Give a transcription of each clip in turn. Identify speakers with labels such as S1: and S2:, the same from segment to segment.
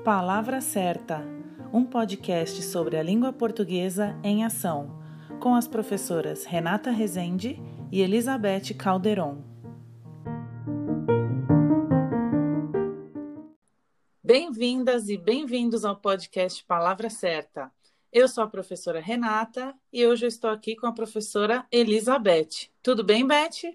S1: Palavra Certa, um podcast sobre a língua portuguesa em ação, com as professoras Renata Rezende e Elizabeth Calderon. Bem-vindas e bem-vindos ao podcast Palavra Certa. Eu sou a professora Renata e hoje eu estou aqui com a professora Elizabeth. Tudo bem, Beth?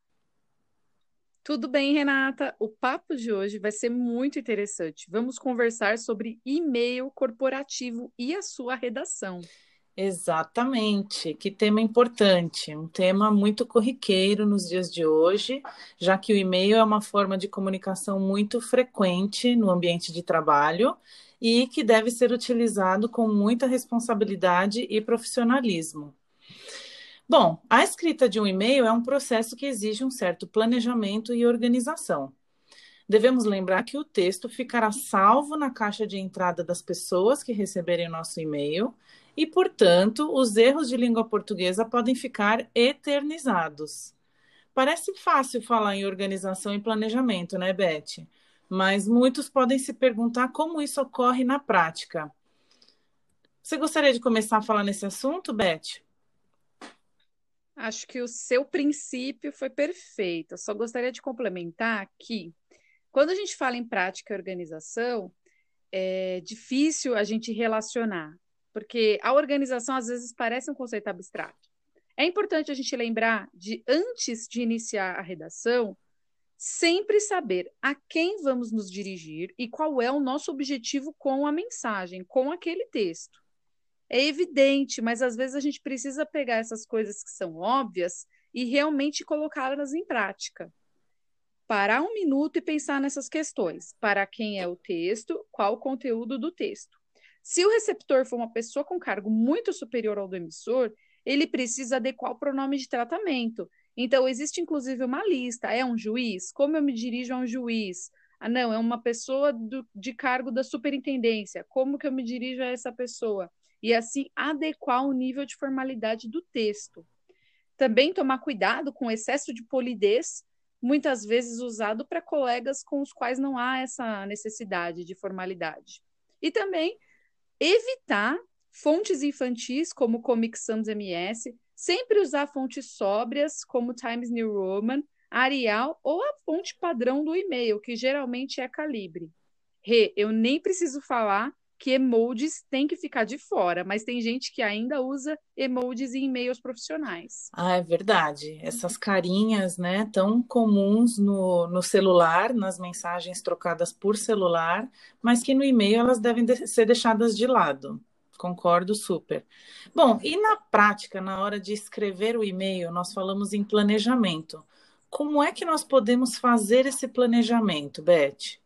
S2: Tudo bem, Renata? O papo de hoje vai ser muito interessante. Vamos conversar sobre e-mail corporativo e a sua redação.
S1: Exatamente, que tema importante, um tema muito corriqueiro nos dias de hoje, já que o e-mail é uma forma de comunicação muito frequente no ambiente de trabalho e que deve ser utilizado com muita responsabilidade e profissionalismo. Bom, a escrita de um e-mail é um processo que exige um certo planejamento e organização. Devemos lembrar que o texto ficará salvo na caixa de entrada das pessoas que receberem o nosso e-mail e, portanto, os erros de língua portuguesa podem ficar eternizados. Parece fácil falar em organização e planejamento, né, Beth? Mas muitos podem se perguntar como isso ocorre na prática. Você gostaria de começar a falar nesse assunto, Beth?
S2: Acho que o seu princípio foi perfeito. Eu só gostaria de complementar que, quando a gente fala em prática e organização, é difícil a gente relacionar, porque a organização às vezes parece um conceito abstrato. É importante a gente lembrar de, antes de iniciar a redação, sempre saber a quem vamos nos dirigir e qual é o nosso objetivo com a mensagem, com aquele texto. É evidente, mas às vezes a gente precisa pegar essas coisas que são óbvias e realmente colocá-las em prática. Parar um minuto e pensar nessas questões. Para quem é o texto, qual o conteúdo do texto. Se o receptor for uma pessoa com cargo muito superior ao do emissor, ele precisa adequar o pronome de tratamento. Então, existe inclusive uma lista. É um juiz? Como eu me dirijo a um juiz? Ah, não, é uma pessoa de cargo da superintendência. Como que eu me dirijo a essa pessoa? E assim adequar o nível de formalidade do texto. Também tomar cuidado com o excesso de polidez, muitas vezes usado para colegas com os quais não há essa necessidade de formalidade. E também evitar fontes infantis, como Comic Sans MS, sempre usar fontes sóbrias, como Times New Roman, Arial ou a fonte padrão do e-mail, que geralmente é Calibre. Eu nem preciso falar que emojis tem que ficar de fora, mas tem gente que ainda usa emojis em e-mails profissionais.
S1: Ah, é verdade. Essas carinhas, né, tão comuns no celular, nas mensagens trocadas por celular, mas que no e-mail elas devem ser deixadas de lado. Concordo super. Bom, e na prática, na hora de escrever o e-mail, nós falamos em planejamento. Como é que nós podemos fazer esse planejamento, Beth?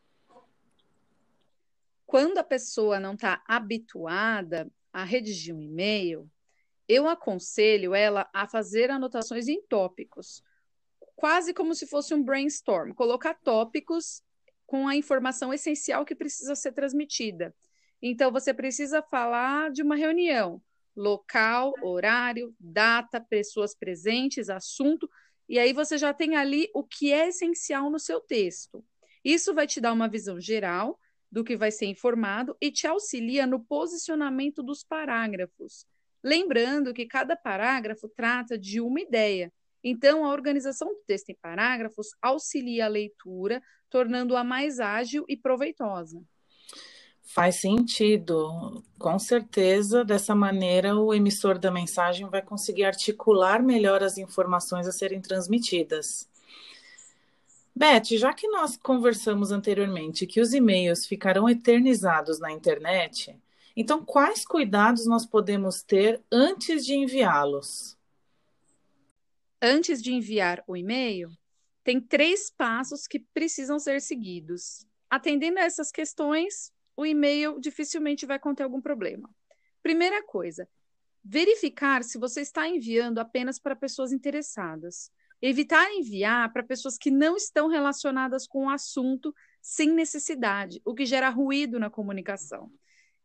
S2: Quando a pessoa não está habituada a redigir um e-mail, eu aconselho ela a fazer anotações em tópicos, quase como se fosse um brainstorm, colocar tópicos com a informação essencial que precisa ser transmitida. Então, você precisa falar de uma reunião, local, horário, data, pessoas presentes, assunto, e aí você já tem ali o que é essencial no seu texto. Isso vai te dar uma visão geral do que vai ser informado e te auxilia no posicionamento dos parágrafos. Lembrando que cada parágrafo trata de uma ideia. Então, a organização do texto em parágrafos auxilia a leitura, tornando-a mais ágil e proveitosa.
S1: Faz sentido. Com certeza, dessa maneira, o emissor da mensagem vai conseguir articular melhor as informações a serem transmitidas. Beth, já que nós conversamos anteriormente que os e-mails ficarão eternizados na internet, então quais cuidados nós podemos ter antes de enviá-los?
S2: Antes de enviar o e-mail, tem 3 passos que precisam ser seguidos. Atendendo a essas questões, o e-mail dificilmente vai conter algum problema. Primeira coisa, verificar se você está enviando apenas para pessoas interessadas. Evitar enviar para pessoas que não estão relacionadas com o assunto sem necessidade, o que gera ruído na comunicação.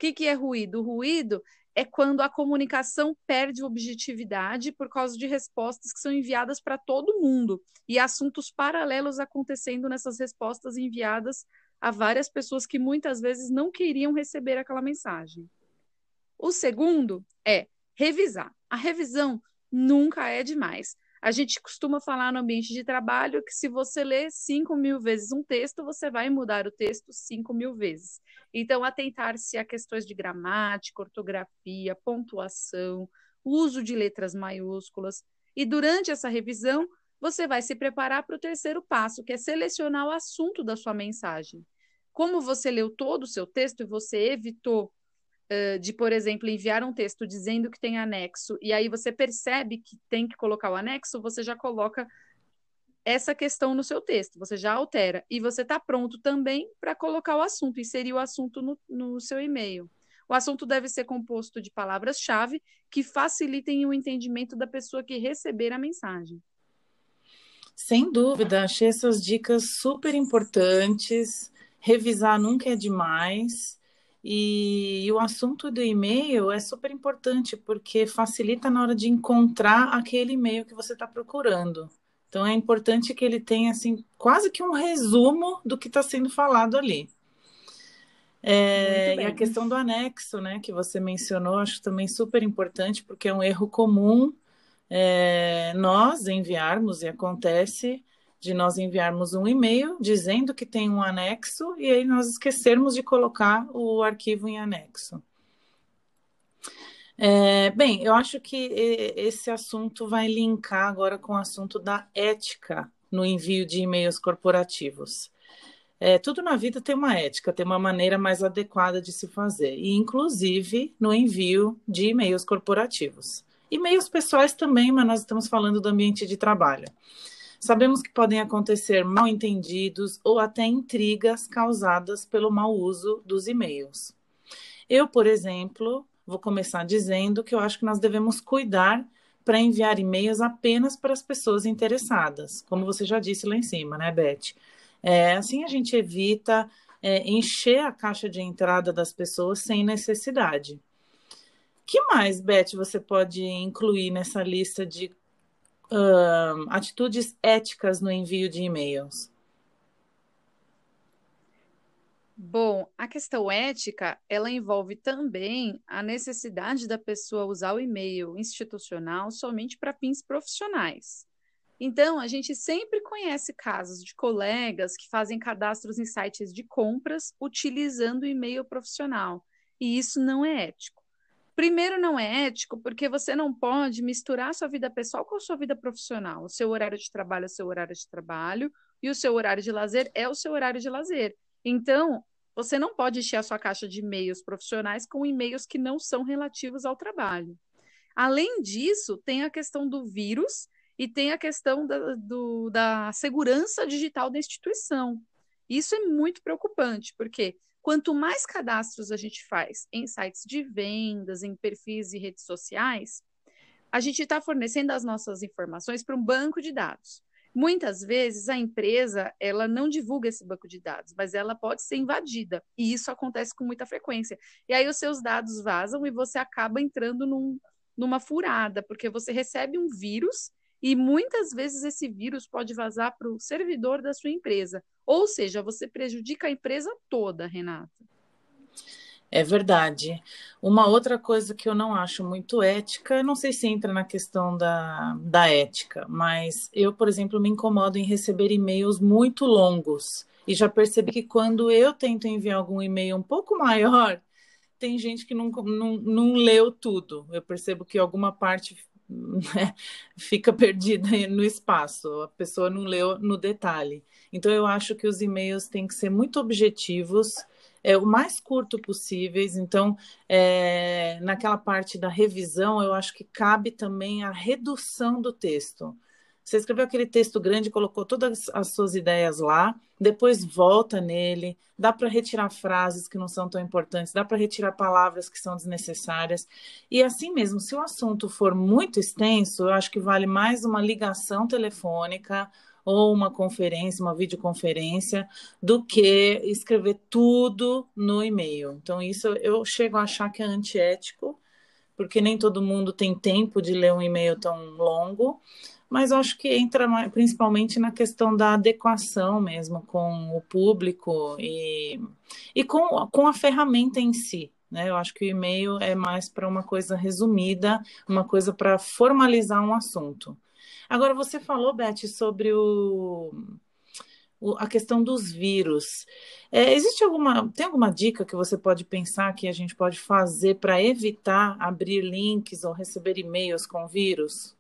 S2: que é ruído? O ruído é quando a comunicação perde objetividade por causa de respostas que são enviadas para todo mundo e assuntos paralelos acontecendo nessas respostas enviadas a várias pessoas que muitas vezes não queriam receber aquela mensagem. O segundo é revisar. A revisão nunca é demais. A gente costuma falar no ambiente de trabalho que se você ler 5.000 vezes um texto, você vai mudar o texto 5.000 vezes. Então, atentar-se a questões de gramática, ortografia, pontuação, uso de letras maiúsculas. E durante essa revisão, você vai se preparar para o terceiro passo, que é selecionar o assunto da sua mensagem. Como você leu todo o seu texto e você evitou de, por exemplo, enviar um texto dizendo que tem anexo, e aí você percebe que tem que colocar o anexo, você já coloca essa questão no seu texto, você já altera, e você está pronto também para colocar o assunto, inserir o assunto no seu e-mail. O assunto deve ser composto de palavras-chave que facilitem o entendimento da pessoa que receber a mensagem.
S1: Sem dúvida, achei essas dicas super importantes. Revisar nunca é demais. E o assunto do e-mail é super importante, porque facilita na hora de encontrar aquele e-mail que você está procurando. Então, é importante que ele tenha, assim, quase que um resumo do que está sendo falado ali. E a questão do anexo, né, que você mencionou, acho também super importante, porque é um erro comum nós enviarmos, e acontece de nós enviarmos um e-mail dizendo que tem um anexo e aí nós esquecermos de colocar o arquivo em anexo. Bem, eu acho que esse assunto vai linkar agora com o assunto da ética no envio de e-mails corporativos. Tudo na vida tem uma ética, tem uma maneira mais adequada de se fazer, e inclusive no envio de e-mails corporativos. E-mails pessoais também, mas nós estamos falando do ambiente de trabalho. Sabemos que podem acontecer mal-entendidos ou até intrigas causadas pelo mau uso dos e-mails. Eu, por exemplo, vou começar dizendo que eu acho que nós devemos cuidar para enviar e-mails apenas para as pessoas interessadas, como você já disse lá em cima, né, Beth? Assim a gente evita encher a caixa de entrada das pessoas sem necessidade. Que mais, Beth, você pode incluir nessa lista de atitudes éticas no envio de e-mails?
S2: Bom, a questão ética, ela envolve também a necessidade da pessoa usar o e-mail institucional somente para fins profissionais. Então, a gente sempre conhece casos de colegas que fazem cadastros em sites de compras utilizando o e-mail profissional, e isso não é ético. Primeiro, não é ético porque você não pode misturar a sua vida pessoal com a sua vida profissional. O seu horário de trabalho é o seu horário de trabalho e o seu horário de lazer é o seu horário de lazer. Então, você não pode encher a sua caixa de e-mails profissionais com e-mails que não são relativos ao trabalho. Além disso, tem a questão do vírus e tem a questão da segurança digital da instituição. Isso é muito preocupante, porque quanto mais cadastros a gente faz em sites de vendas, em perfis e redes sociais, a gente está fornecendo as nossas informações para um banco de dados. Muitas vezes a empresa ela não divulga esse banco de dados, mas ela pode ser invadida, e isso acontece com muita frequência. E aí os seus dados vazam e você acaba entrando numa furada, porque você recebe um vírus e muitas vezes esse vírus pode vazar para o servidor da sua empresa. Ou seja, você prejudica a empresa toda, Renata.
S1: É verdade. Uma outra coisa que eu não acho muito ética, não sei se entra na questão da ética, mas eu, por exemplo, me incomodo em receber e-mails muito longos. E já percebi que quando eu tento enviar algum e-mail um pouco maior, tem gente que não leu tudo. Eu percebo que alguma parte né, fica perdida no espaço, a pessoa não leu no detalhe. Então, eu acho que os e-mails têm que ser muito objetivos, o mais curto possíveis. Então, naquela parte da revisão, eu acho que cabe também a redução do texto. Você escreveu aquele texto grande, colocou todas as suas ideias lá, depois volta nele, dá para retirar frases que não são tão importantes, dá para retirar palavras que são desnecessárias. E assim mesmo, se o assunto for muito extenso, eu acho que vale mais uma ligação telefônica ou uma conferência, uma videoconferência, do que escrever tudo no e-mail. Então, isso eu chego a achar que é antiético, porque nem todo mundo tem tempo de ler um e-mail tão longo, mas eu acho que entra principalmente na questão da adequação mesmo com o público e com a ferramenta em si. Né? Eu acho que o e-mail é mais para uma coisa resumida, uma coisa para formalizar um assunto. Agora, você falou, Beth, sobre a questão dos vírus. Tem alguma dica que você pode pensar que a gente pode fazer para evitar abrir links ou receber e-mails com vírus?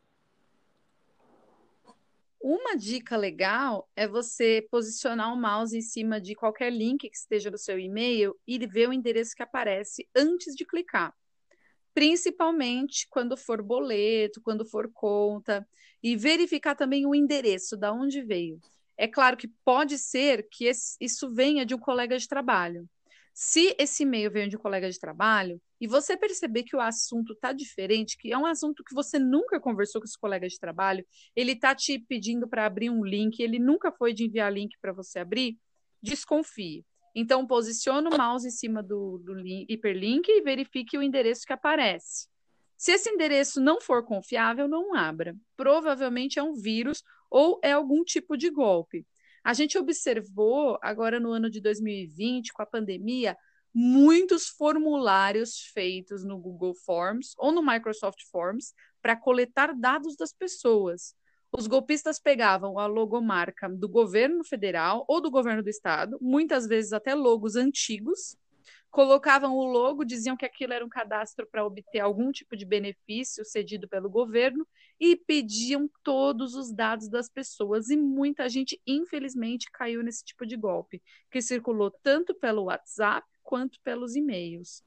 S2: Uma dica legal é você posicionar o mouse em cima de qualquer link que esteja no seu e-mail e ver o endereço que aparece antes de clicar. Principalmente quando for boleto, quando for conta, e verificar também o endereço, da onde veio. É claro que pode ser que isso venha de um colega de trabalho. Se esse e-mail veio de um colega de trabalho e você perceber que o assunto está diferente, que é um assunto que você nunca conversou com esse colega de trabalho, ele está te pedindo para abrir um link, ele nunca foi de enviar link para você abrir, desconfie. Então, posicione o mouse em cima do hiperlink e verifique o endereço que aparece. Se esse endereço não for confiável, não abra. Provavelmente é um vírus ou é algum tipo de golpe. A gente observou agora no ano de 2020, com a pandemia, muitos formulários feitos no Google Forms ou no Microsoft Forms para coletar dados das pessoas. Os golpistas pegavam a logomarca do governo federal ou do governo do estado, muitas vezes até logos antigos, colocavam o logo, diziam que aquilo era um cadastro para obter algum tipo de benefício cedido pelo governo e pediam todos os dados das pessoas. E muita gente, infelizmente, caiu nesse tipo de golpe, que circulou tanto pelo WhatsApp quanto pelos e-mails.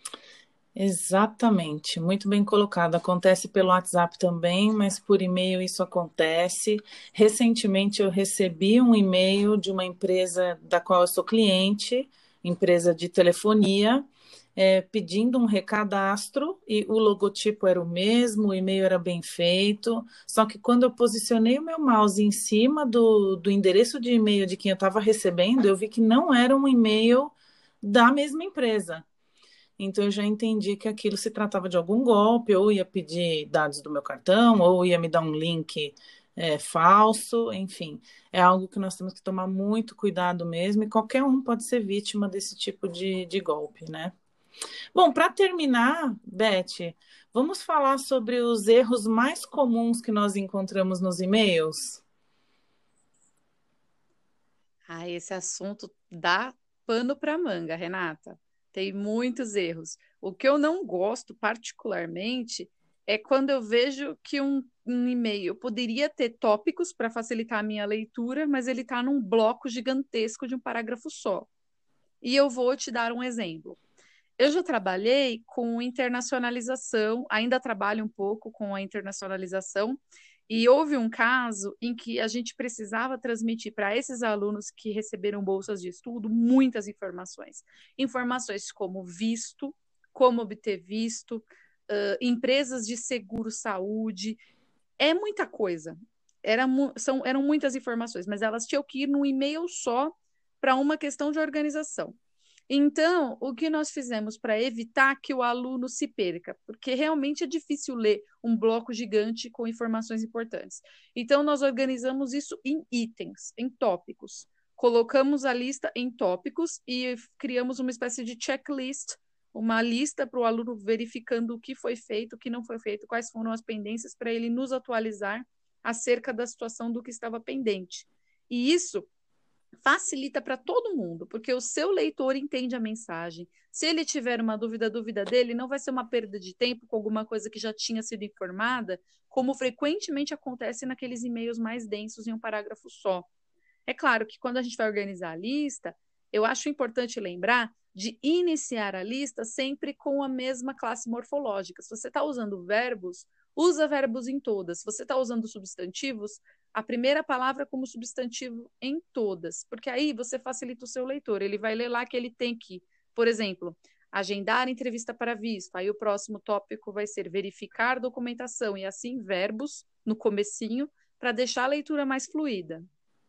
S1: Exatamente, muito bem colocado. Acontece pelo WhatsApp também, mas por e-mail isso acontece. Recentemente eu recebi um e-mail de uma empresa da qual eu sou cliente, empresa de telefonia, pedindo um recadastro e o logotipo era o mesmo, o e-mail era bem feito. Só que quando eu posicionei o meu mouse em cima do endereço de e-mail de quem eu estava recebendo, eu vi que não era um e-mail da mesma empresa. Então eu já entendi que aquilo se tratava de algum golpe, ou ia pedir dados do meu cartão, ou ia me dar um link falso, enfim. É algo que nós temos que tomar muito cuidado mesmo, e qualquer um pode ser vítima desse tipo de golpe, né? Bom, para terminar, Beth, vamos falar sobre os erros mais comuns que nós encontramos nos e-mails?
S2: Ah, esse assunto dá pano para manga, Renata. Tem muitos erros. O que eu não gosto particularmente é quando eu vejo que um e-mail poderia ter tópicos para facilitar a minha leitura, mas ele está num bloco gigantesco de um parágrafo só. E eu vou te dar um exemplo. Eu já trabalhei com internacionalização, ainda trabalho um pouco com a internacionalização, e houve um caso em que a gente precisava transmitir para esses alunos que receberam bolsas de estudo muitas informações. Informações como visto, como obter visto, empresas de seguro-saúde, é muita coisa. Eram muitas informações, mas elas tinham que ir num e-mail só para uma questão de organização. Então, o que nós fizemos para evitar que o aluno se perca? Porque realmente é difícil ler um bloco gigante com informações importantes. Então, nós organizamos isso em itens, em tópicos. Colocamos a lista em tópicos e criamos uma espécie de checklist, uma lista para o aluno verificando o que foi feito, o que não foi feito, quais foram as pendências, para ele nos atualizar acerca da situação do que estava pendente. E isso facilita para todo mundo, porque o seu leitor entende a mensagem. Se ele tiver uma dúvida, a dúvida dele não vai ser uma perda de tempo com alguma coisa que já tinha sido informada, como frequentemente acontece naqueles e-mails mais densos em um parágrafo só. É claro que quando a gente vai organizar a lista, eu acho importante lembrar de iniciar a lista sempre com a mesma classe morfológica. Se você está usando verbos, usa verbos em todas. Se você está usando substantivos, a primeira palavra como substantivo em todas, porque aí você facilita o seu leitor. Ele vai ler lá que ele tem que, por exemplo, agendar entrevista para visto. Aí o próximo tópico vai ser verificar documentação e assim verbos no comecinho para deixar a leitura mais fluida.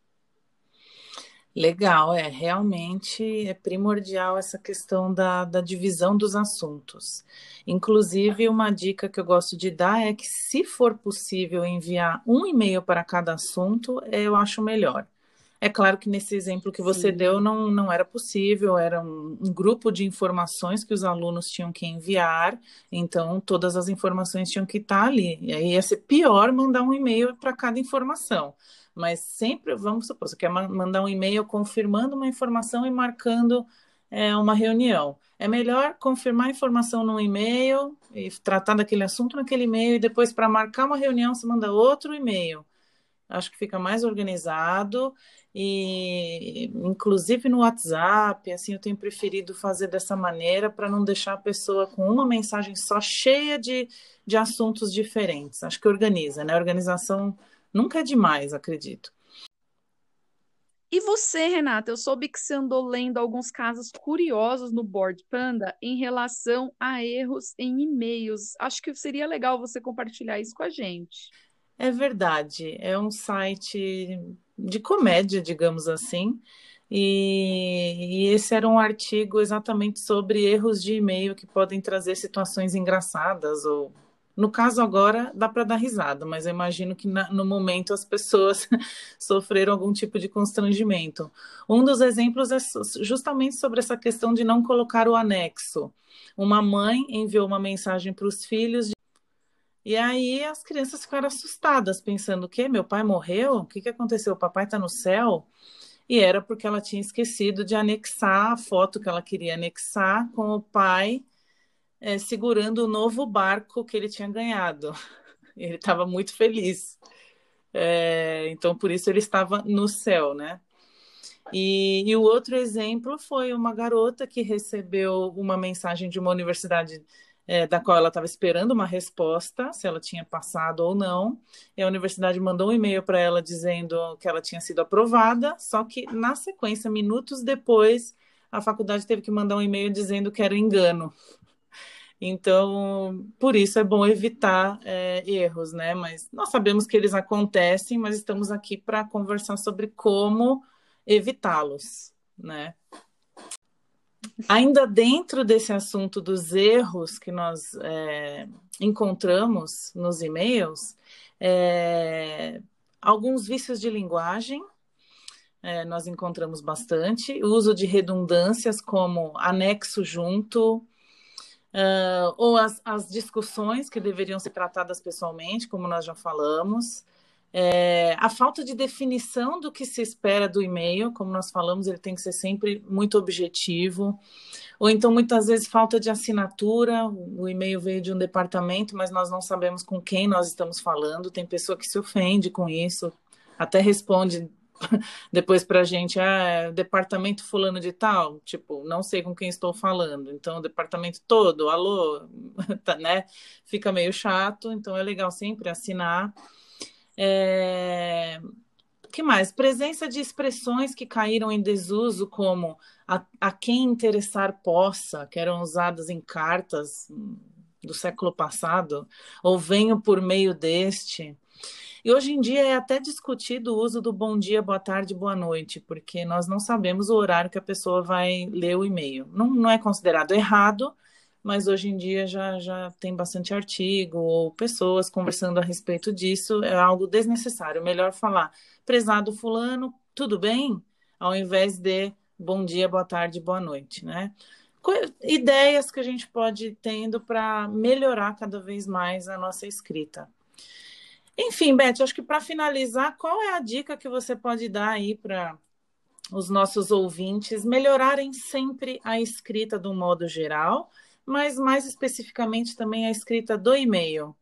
S1: Legal, realmente é primordial essa questão da divisão dos assuntos. Inclusive, uma dica que eu gosto de dar é que, se for possível enviar um e-mail para cada assunto, eu acho melhor. É claro que nesse exemplo que você deu
S2: Sim.
S1: não era possível, era um grupo de informações que os alunos tinham que enviar, então todas as informações tinham que estar ali. E aí ia ser pior mandar um e-mail para cada informação. Mas sempre, vamos supor, você quer mandar um e-mail confirmando uma informação e marcando uma reunião. É melhor confirmar a informação num e-mail e tratar daquele assunto naquele e-mail, e depois, para marcar uma reunião, você manda outro e-mail. Acho que fica mais organizado e, inclusive no WhatsApp, assim, eu tenho preferido fazer dessa maneira para não deixar a pessoa com uma mensagem só cheia de assuntos diferentes. Acho que organiza, né? Organização nunca é demais, acredito.
S2: E você, Renata, eu soube que você andou lendo alguns casos curiosos no Board Panda em relação a erros em e-mails. Acho que seria legal você compartilhar isso com a gente.
S1: É verdade, é um site de comédia, digamos assim, e esse era um artigo exatamente sobre erros de e-mail que podem trazer situações engraçadas, ou no caso agora dá para dar risada, mas eu imagino que no momento as pessoas sofreram algum tipo de constrangimento. Um dos exemplos é justamente sobre essa questão de não colocar o anexo. Uma mãe enviou uma mensagem para os filhos e aí as crianças ficaram assustadas, pensando: o quê? Meu pai morreu? O que que aconteceu? O papai está no céu? E era porque ela tinha esquecido de anexar a foto que ela queria anexar com o pai segurando o novo barco que ele tinha ganhado. Ele estava muito feliz. Então, por isso ele estava no céu, né? E o outro exemplo foi uma garota que recebeu uma mensagem de uma universidade da qual ela estava esperando uma resposta, se ela tinha passado ou não. E a universidade mandou um e-mail para ela dizendo que ela tinha sido aprovada, só que na sequência, minutos depois, a faculdade teve que mandar um e-mail dizendo que era engano. Então, por isso é bom evitar erros, né? Mas nós sabemos que eles acontecem, mas estamos aqui para conversar sobre como evitá-los, né? Ainda dentro desse assunto dos erros que nós encontramos nos e-mails, alguns vícios de linguagem nós encontramos bastante, o uso de redundâncias como anexo junto, ou as discussões que deveriam ser tratadas pessoalmente, como nós já falamos. A falta de definição do que se espera do e-mail, como nós falamos, ele tem que ser sempre muito objetivo. Ou então, muitas vezes, falta de assinatura. O e-mail veio de um departamento, mas nós não sabemos com quem nós estamos falando. Tem pessoa que se ofende com isso, até responde depois para a gente, departamento fulano de tal, tipo, não sei com quem estou falando, então o departamento todo, alô, tá, né? Fica meio chato, então é legal sempre assinar. Que mais? Presença de expressões que caíram em desuso, como a quem interessar possa, que eram usadas em cartas do século passado, ou venho por meio deste. E hoje em dia é até discutido o uso do bom dia, boa tarde, boa noite, porque nós não sabemos o horário que a pessoa vai ler o e-mail. Não é considerado errado, mas hoje em dia já tem bastante artigo ou pessoas conversando a respeito disso. É algo desnecessário. Melhor falar, prezado fulano, tudo bem? Ao invés de bom dia, boa tarde, boa noite, né? Ideias que a gente pode ir tendo para melhorar cada vez mais a nossa escrita. Enfim, Beth, acho que para finalizar, qual é a dica que você pode dar aí para os nossos ouvintes melhorarem sempre a escrita do modo geral, mas mais especificamente também a escrita do e-mail?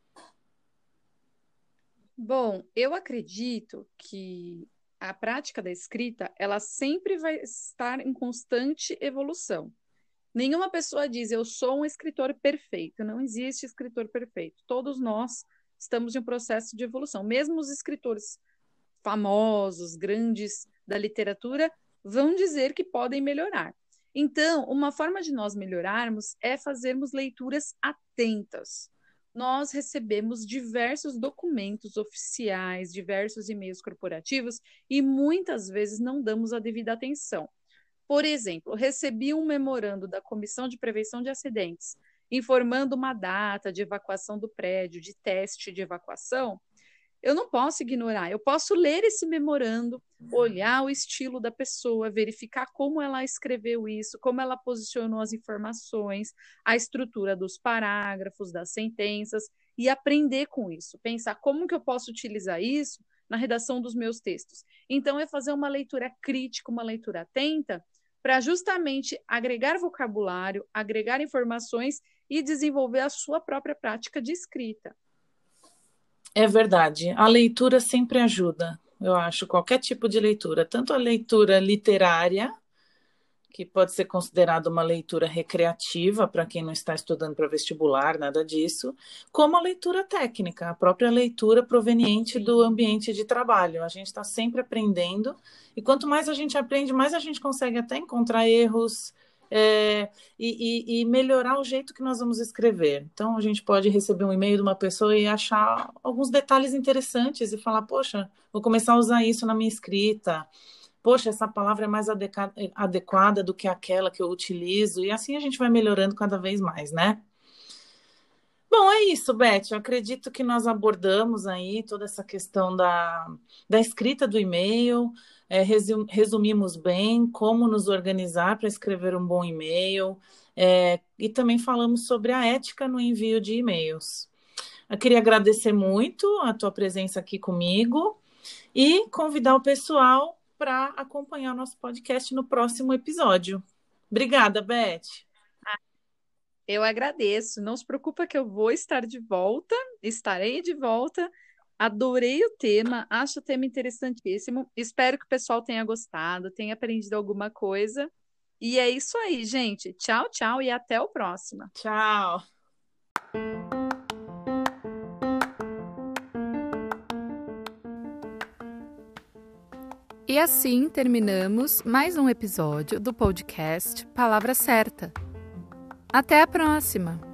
S2: Bom, eu acredito que a prática da escrita, ela sempre vai estar em constante evolução. Nenhuma pessoa diz, eu sou um escritor perfeito. Não existe escritor perfeito. Todos nós estamos em um processo de evolução. Mesmo os escritores famosos, grandes da literatura, vão dizer que podem melhorar. Então, uma forma de nós melhorarmos é fazermos leituras atentas. nós recebemos diversos documentos oficiais, diversos e-mails corporativos e muitas vezes não damos a devida atenção. Por exemplo, recebi um memorando da Comissão de Prevenção de Acidentes informando uma data de evacuação do prédio, de teste de evacuação. Eu não posso ignorar, eu posso ler esse memorando, olhar o estilo da pessoa, verificar como ela escreveu isso, como ela posicionou as informações, a estrutura dos parágrafos, das sentenças, e aprender com isso, pensar como que eu posso utilizar isso na redação dos meus textos. Então, é fazer uma leitura crítica, uma leitura atenta, para justamente agregar vocabulário, agregar informações e desenvolver a sua própria prática de escrita.
S1: É verdade. A leitura sempre ajuda, eu acho, qualquer tipo de leitura, tanto a leitura literária, que pode ser considerada uma leitura recreativa para quem não está estudando para vestibular, nada disso, como a leitura técnica, a própria leitura proveniente do ambiente de trabalho. A gente está sempre aprendendo, e quanto mais a gente aprende, mais a gente consegue até encontrar erros, e melhorar o jeito que nós vamos escrever. Então, a gente pode receber um e-mail de uma pessoa e achar alguns detalhes interessantes e falar, poxa, vou começar a usar isso na minha escrita. Poxa, essa palavra é mais adequada do que aquela que eu utilizo. E assim a gente vai melhorando cada vez mais, né? Bom, é isso, Beth. Eu acredito que nós abordamos aí toda essa questão da escrita do e-mail, resumimos bem como nos organizar para escrever um bom e-mail, e também falamos sobre a ética no envio de e-mails. Eu queria agradecer muito a tua presença aqui comigo e convidar o pessoal para acompanhar o nosso podcast no próximo episódio. Obrigada, Beth.
S2: Eu agradeço. Não se preocupa que eu vou estar de volta, estarei de volta. Adorei o tema, acho o tema interessantíssimo. Espero que o pessoal tenha gostado, tenha aprendido alguma coisa. E é isso aí, gente. Tchau, tchau e até o próximo.
S1: Tchau.
S3: E assim terminamos mais um episódio do podcast Palavra Certa. Até a próxima!